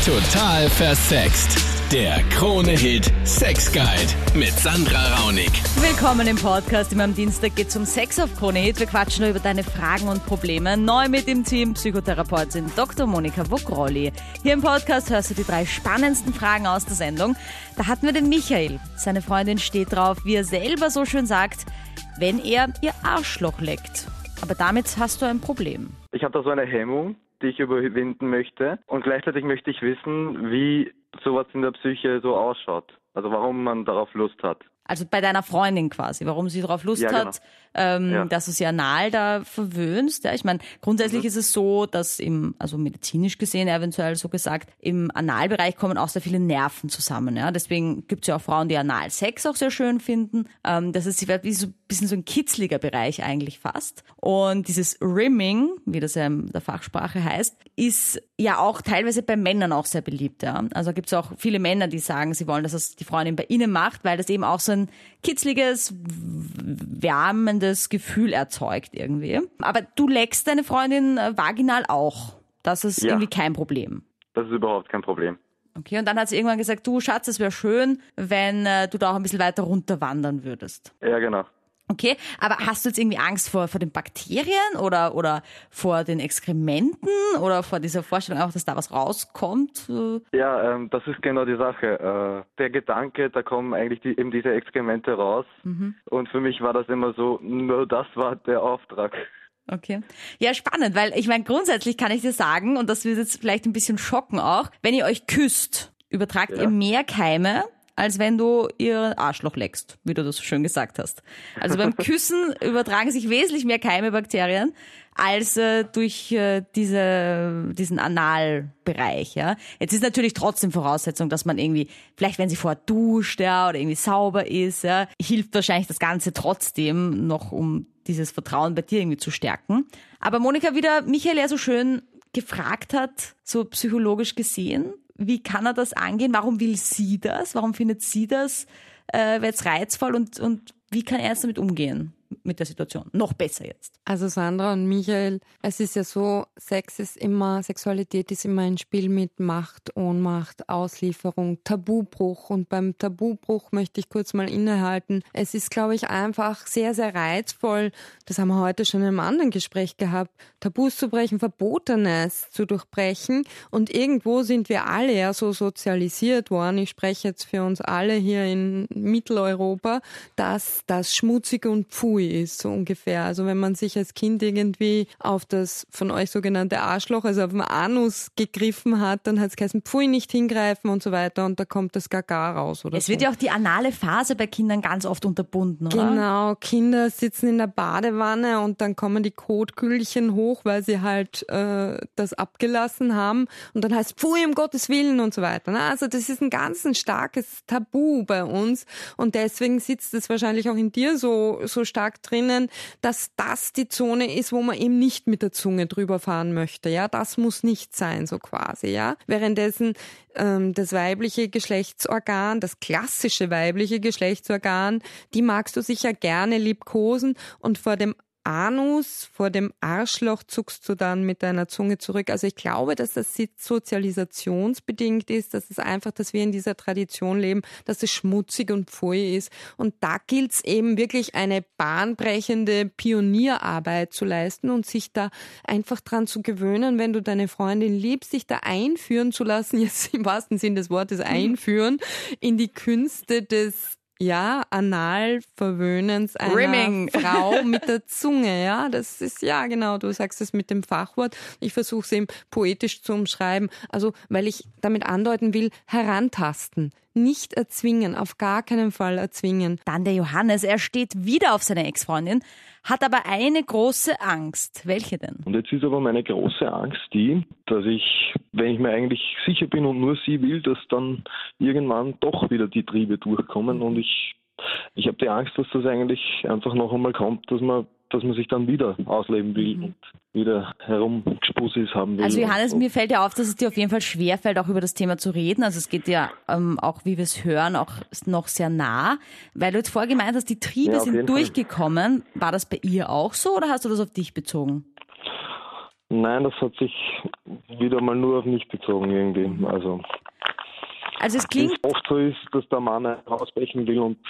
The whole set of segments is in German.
Total versext. Der Krone-Hit Sex Guide mit Sandra Raunig. Willkommen im Podcast. Immer am Dienstag geht es um Sex auf Krone-Hit. Wir quatschen über deine Fragen und Probleme. Neu mit im Team Psychotherapeutin Dr. Monika Vogrolli. Hier im Podcast hörst du die 3 spannendsten Fragen aus der Sendung. Da hatten wir den Michael. Seine Freundin steht drauf, wie er selber so schön sagt, wenn er ihr Arschloch leckt. Aber damit hast du ein Problem. Ich habe da so eine Hemmung, die ich überwinden möchte. Und gleichzeitig möchte ich wissen, wie sowas in der Psyche so ausschaut. Also warum man darauf Lust hat. Also bei deiner Freundin quasi, warum sie darauf Lust hat, dass du sie anal da verwöhnst. Ja, ich meine, grundsätzlich ist es so, dass also medizinisch gesehen eventuell so gesagt, im Analbereich kommen auch sehr viele Nerven zusammen. Ja? Deswegen gibt es ja auch Frauen, die Analsex auch sehr schön finden. Das ist wie so ein bisschen so ein kitzliger Bereich eigentlich fast. Und dieses Rimming, wie das ja in der Fachsprache heißt, ist ja auch teilweise bei Männern auch sehr beliebt. Ja? Also gibt es auch viele Männer, die sagen, sie wollen, dass das die Freundin bei ihnen macht, weil das eben auch so ein kitzliges, wärmendes Gefühl erzeugt irgendwie. Aber du leckst deine Freundin vaginal auch. Das ist irgendwie kein Problem. Das ist überhaupt kein Problem. Okay, und dann hat sie irgendwann gesagt, du Schatz, es wäre schön, wenn du da auch ein bisschen weiter runter wandern würdest. Ja, genau. Okay, aber hast du jetzt irgendwie Angst vor den Bakterien oder vor den Exkrementen oder vor dieser Vorstellung auch, dass da was rauskommt? Ja, das ist genau die Sache. Der Gedanke, da kommen eigentlich eben diese Exkremente raus. Und für mich war das immer so, nur das war der Auftrag. Okay. Ja, spannend, weil ich meine, grundsätzlich kann ich dir sagen, und das wird jetzt vielleicht ein bisschen schocken auch, wenn ihr euch küsst, übertragt ihr mehr Keime, als wenn du ihr Arschloch leckst, wie du das so schön gesagt hast. Also beim Küssen übertragen sich wesentlich mehr Keime, Bakterien, als durch diesen Analbereich. Ja. Jetzt ist natürlich trotzdem Voraussetzung, dass man irgendwie, vielleicht wenn sie vorher duscht oder irgendwie sauber ist, hilft wahrscheinlich das Ganze trotzdem noch, um dieses Vertrauen bei dir irgendwie zu stärken. Aber Monika, wie der Michael ja so schön gefragt hat, so psychologisch gesehen, wie kann er das angehen? Warum will sie das? Warum findet sie das jetzt reizvoll? Und wie kann er jetzt damit umgehen, mit der Situation? Noch besser jetzt. Also Sandra und Michael, es ist ja so, Sexualität ist immer ein Spiel mit Macht, Ohnmacht, Auslieferung, Tabubruch. Und beim Tabubruch möchte ich kurz mal innehalten. Es ist, glaube ich, einfach sehr, sehr reizvoll, das haben wir heute schon in einem anderen Gespräch gehabt, Tabus zu brechen, Verbotenes zu durchbrechen. Und irgendwo sind wir alle ja so sozialisiert worden, ich spreche jetzt für uns alle hier in Mitteleuropa, dass das schmutzig und pfui ist, so ungefähr. Also wenn man sich als Kind irgendwie auf das von euch sogenannte Arschloch, also auf den Anus gegriffen hat, dann hat es geheißen, pfui, nicht hingreifen und so weiter und da kommt das Gaga raus. Oder es wird ja auch die anale Phase bei Kindern ganz oft unterbunden, oder? Genau, Kinder sitzen in der Badewanne und dann kommen die Kotkügelchen hoch, weil sie halt das abgelassen haben und dann heißt pfui, um Gottes Willen und so weiter. Also das ist ein ganz starkes Tabu bei uns und deswegen sitzt es wahrscheinlich auch in dir so stark drinnen, dass das die Zone ist, wo man eben nicht mit der Zunge drüber fahren möchte. Ja, das muss nicht sein, so quasi. Ja, währenddessen das weibliche Geschlechtsorgan, das klassische weibliche Geschlechtsorgan, die magst du sicher gerne liebkosen und vor dem Anus, vor dem Arschloch zuckst du dann mit deiner Zunge zurück. Also ich glaube, dass das sozialisationsbedingt ist, dass es einfach, dass wir in dieser Tradition leben, dass es schmutzig und pfui ist. Und da gilt es eben wirklich eine bahnbrechende Pionierarbeit zu leisten und sich da einfach dran zu gewöhnen, wenn du deine Freundin liebst, sich da einführen zu lassen, jetzt im wahrsten Sinn des Wortes einführen, in die Künste des Analverwöhnens einer Rimming. Frau mit der Zunge, ja, das ist, ja genau, du sagst es mit dem Fachwort, ich versuche es eben poetisch zu umschreiben, also weil ich damit andeuten will, herantasten, nicht erzwingen, auf gar keinen Fall erzwingen. Dann der Johannes, er steht wieder auf seine Ex-Freundin, hat aber eine große Angst. Welche denn? Und jetzt ist aber meine große Angst die, dass ich, wenn ich mir eigentlich sicher bin und nur sie will, dass dann irgendwann doch wieder die Triebe durchkommen und ich habe die Angst, dass das eigentlich einfach noch einmal kommt, dass man sich dann wieder ausleben will und wieder herumgespussis haben will. Also Johannes, mir fällt ja auf, dass es dir auf jeden Fall schwerfällt, auch über das Thema zu reden. Also es geht dir auch, wie wir es hören, auch noch sehr nah. Weil du jetzt vorher gemeint hast, die Triebe sind durchgekommen. War das bei ihr auch so oder hast du das auf dich bezogen? Nein, das hat sich wieder mal nur auf mich bezogen irgendwie. Also es wie klingt es oft so ist, dass der Mann rausbrechen will und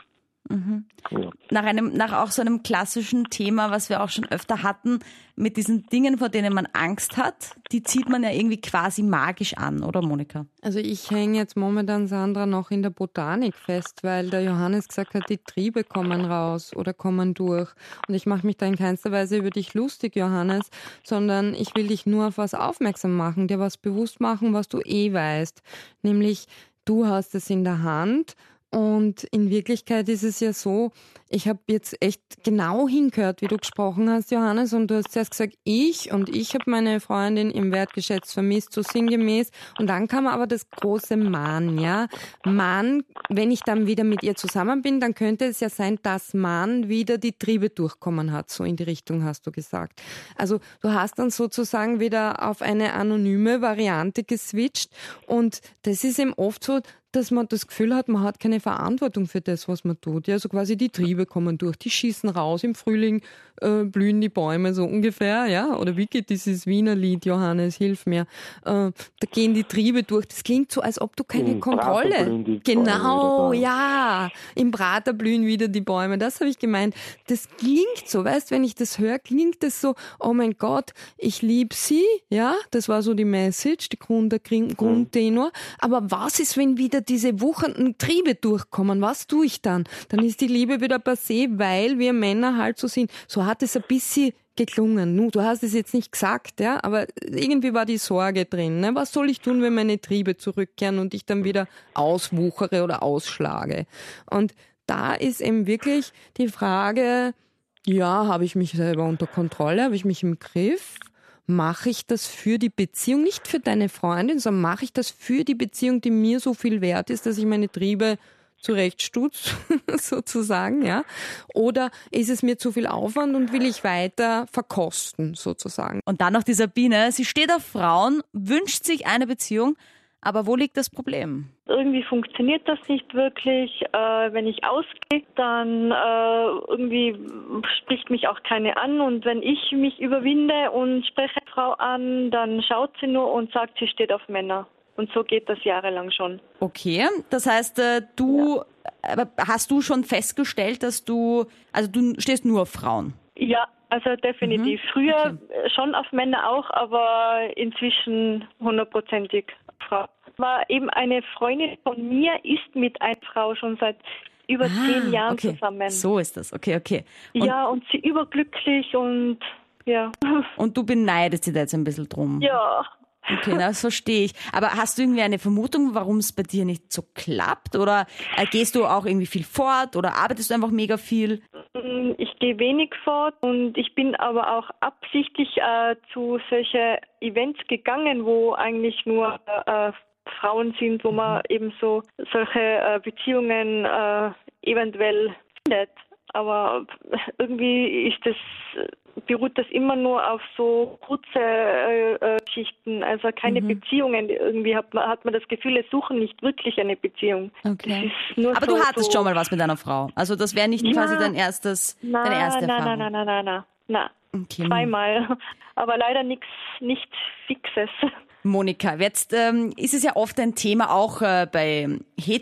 ja. nach auch so einem klassischen Thema, was wir auch schon öfter hatten, mit diesen Dingen, vor denen man Angst hat, die zieht man ja irgendwie quasi magisch an, oder Monika? Also ich hänge jetzt momentan, Sandra, noch in der Botanik fest, weil der Johannes gesagt hat, die Triebe kommen raus oder kommen durch. Und ich mache mich da in keinster Weise über dich lustig, Johannes, sondern ich will dich nur auf was aufmerksam machen, dir was bewusst machen, was du weißt. Nämlich, du hast es in der Hand. Und in Wirklichkeit ist es ja so, ich habe jetzt echt genau hingehört, wie du gesprochen hast, Johannes, und du hast zuerst gesagt, ich habe meine Freundin im Wertgeschätzt vermisst, so sinngemäß. Und dann kam aber das große Mann, ja. Mann, wenn ich dann wieder mit ihr zusammen bin, dann könnte es ja sein, dass Mann wieder die Triebe durchkommen hat, so in die Richtung hast du gesagt. Also du hast dann sozusagen wieder auf eine anonyme Variante geswitcht und das ist eben oft so, dass man das Gefühl hat, man hat keine Verantwortung für das, was man tut. Ja, also quasi die Triebe kommen durch, die schießen raus, im Frühling blühen die Bäume so ungefähr, ja. Oder wie geht dieses Wiener Lied, Johannes, hilf mir. Da gehen die Triebe durch. Das klingt so, als ob du keine Kontrolle. Genau, ja. Im Prater blühen wieder die Bäume. Das habe ich gemeint. Das klingt so, weißt, wenn ich das höre, klingt das so, oh mein Gott, ich liebe sie, ja. Das war so die Message, der Grundtenor. Aber was ist, wenn wieder diese wuchernden Triebe durchkommen? Was tue ich dann? Dann ist die Liebe wieder passé, weil wir Männer halt so sind. So hat es ein bisschen geklungen. Du hast es jetzt nicht gesagt, ja, aber irgendwie war die Sorge drin. Ne? Was soll ich tun, wenn meine Triebe zurückkehren und ich dann wieder auswuchere oder ausschlage? Und da ist eben wirklich die Frage, ja, habe ich mich selber unter Kontrolle? Habe ich mich im Griff? Mache ich das für die Beziehung, nicht für deine Freundin, sondern mache ich das für die Beziehung, die mir so viel wert ist, dass ich meine Triebe zurechtstutz, sozusagen, ja? Oder ist es mir zu viel Aufwand und will ich weiter verkosten, sozusagen? Und dann noch die Sabine, sie steht auf Frauen, wünscht sich eine Beziehung, aber wo liegt das Problem? Irgendwie funktioniert das nicht wirklich. Wenn ich ausgehe, dann irgendwie spricht mich auch keine an. Und wenn ich mich überwinde und spreche eine Frau an, dann schaut sie nur und sagt, sie steht auf Männer. Und so geht das jahrelang schon. Okay, das heißt, hast du schon festgestellt, dass du stehst nur auf Frauen? Ja, also definitiv. Früher schon auf Männer auch, aber inzwischen 100%ig Frau. War eben eine Freundin von mir, ist mit einer Frau schon seit über 10 Jahren zusammen. So ist das, okay. Und sie überglücklich und ja. Und du beneidest sie da jetzt ein bisschen drum? Ja. Okay, das verstehe ich. Aber hast du irgendwie eine Vermutung, warum es bei dir nicht so klappt? Oder gehst du auch irgendwie viel fort oder arbeitest du einfach mega viel? Ich gehe wenig fort und ich bin aber auch absichtlich zu solchen Events gegangen, wo eigentlich nur Frauen sind, wo man eben so solche Beziehungen eventuell findet. Aber irgendwie beruht das immer nur auf so kurze Geschichten, also keine Beziehungen. Irgendwie hat man das Gefühl, es suchen nicht wirklich eine Beziehung. Okay. Aber du hattest schon mal was mit einer Frau. Also das wäre nicht quasi deine erste Erfahrung. Nein. Okay. Zweimal. Aber leider nicht Fixes. Monika, jetzt ist es ja oft ein Thema auch bei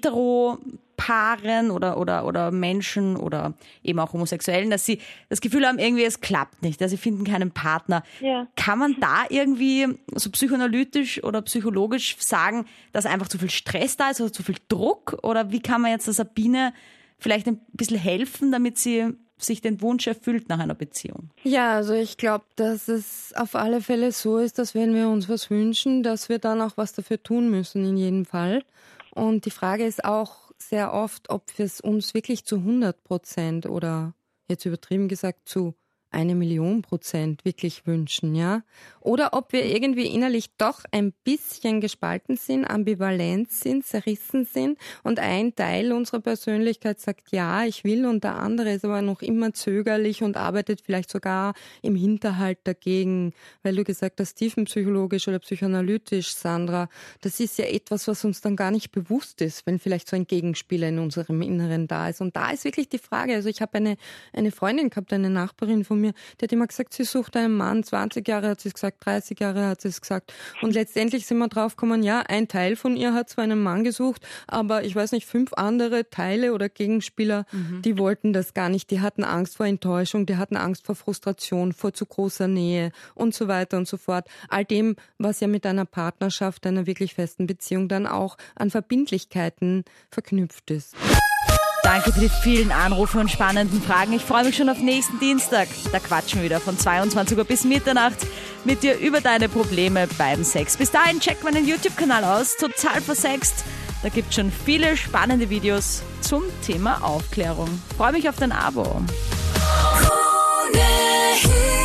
Heteropaaren oder Menschen oder eben auch Homosexuellen, dass sie das Gefühl haben, irgendwie es klappt nicht, dass sie finden keinen Partner. Ja. Kann man da irgendwie so psychoanalytisch oder psychologisch sagen, dass einfach zu viel Stress da ist oder zu viel Druck? Oder wie kann man jetzt der Sabine vielleicht ein bisschen helfen, damit sie sich den Wunsch erfüllt nach einer Beziehung? Ja, also ich glaube, dass es auf alle Fälle so ist, dass wenn wir uns was wünschen, dass wir dann auch was dafür tun müssen, in jedem Fall. Und die Frage ist auch sehr oft, ob wir es uns wirklich zu 100% oder jetzt übertrieben gesagt zu 1.000.000% wirklich wünschen, ja? Oder ob wir irgendwie innerlich doch ein bisschen gespalten sind, ambivalent sind, zerrissen sind und ein Teil unserer Persönlichkeit sagt, ja, ich will, und der andere ist aber noch immer zögerlich und arbeitet vielleicht sogar im Hinterhalt dagegen, weil du gesagt hast, tiefenpsychologisch oder psychoanalytisch, Sandra, das ist ja etwas, was uns dann gar nicht bewusst ist, wenn vielleicht so ein Gegenspieler in unserem Inneren da ist. Und da ist wirklich die Frage, also ich habe eine Freundin gehabt, eine Nachbarin von mir, die hat immer gesagt, sie sucht einen Mann, 20 Jahre hat sie es gesagt, 30 Jahre hat sie es gesagt. Und letztendlich sind wir drauf gekommen, ja, ein Teil von ihr hat zwar einen Mann gesucht, aber ich weiß nicht, 5 andere Teile oder Gegenspieler, die wollten das gar nicht. Die hatten Angst vor Enttäuschung, die hatten Angst vor Frustration, vor zu großer Nähe und so weiter und so fort. All dem, was ja mit einer Partnerschaft, einer wirklich festen Beziehung dann auch an Verbindlichkeiten verknüpft ist. Danke für die vielen Anrufe und spannenden Fragen. Ich freue mich schon auf nächsten Dienstag. Da quatschen wir wieder von 22 Uhr bis Mitternacht mit dir über deine Probleme beim Sex. Bis dahin, check meinen YouTube-Kanal aus, total versext. Da gibt es schon viele spannende Videos zum Thema Aufklärung. Freue mich auf dein Abo. Krone Hit.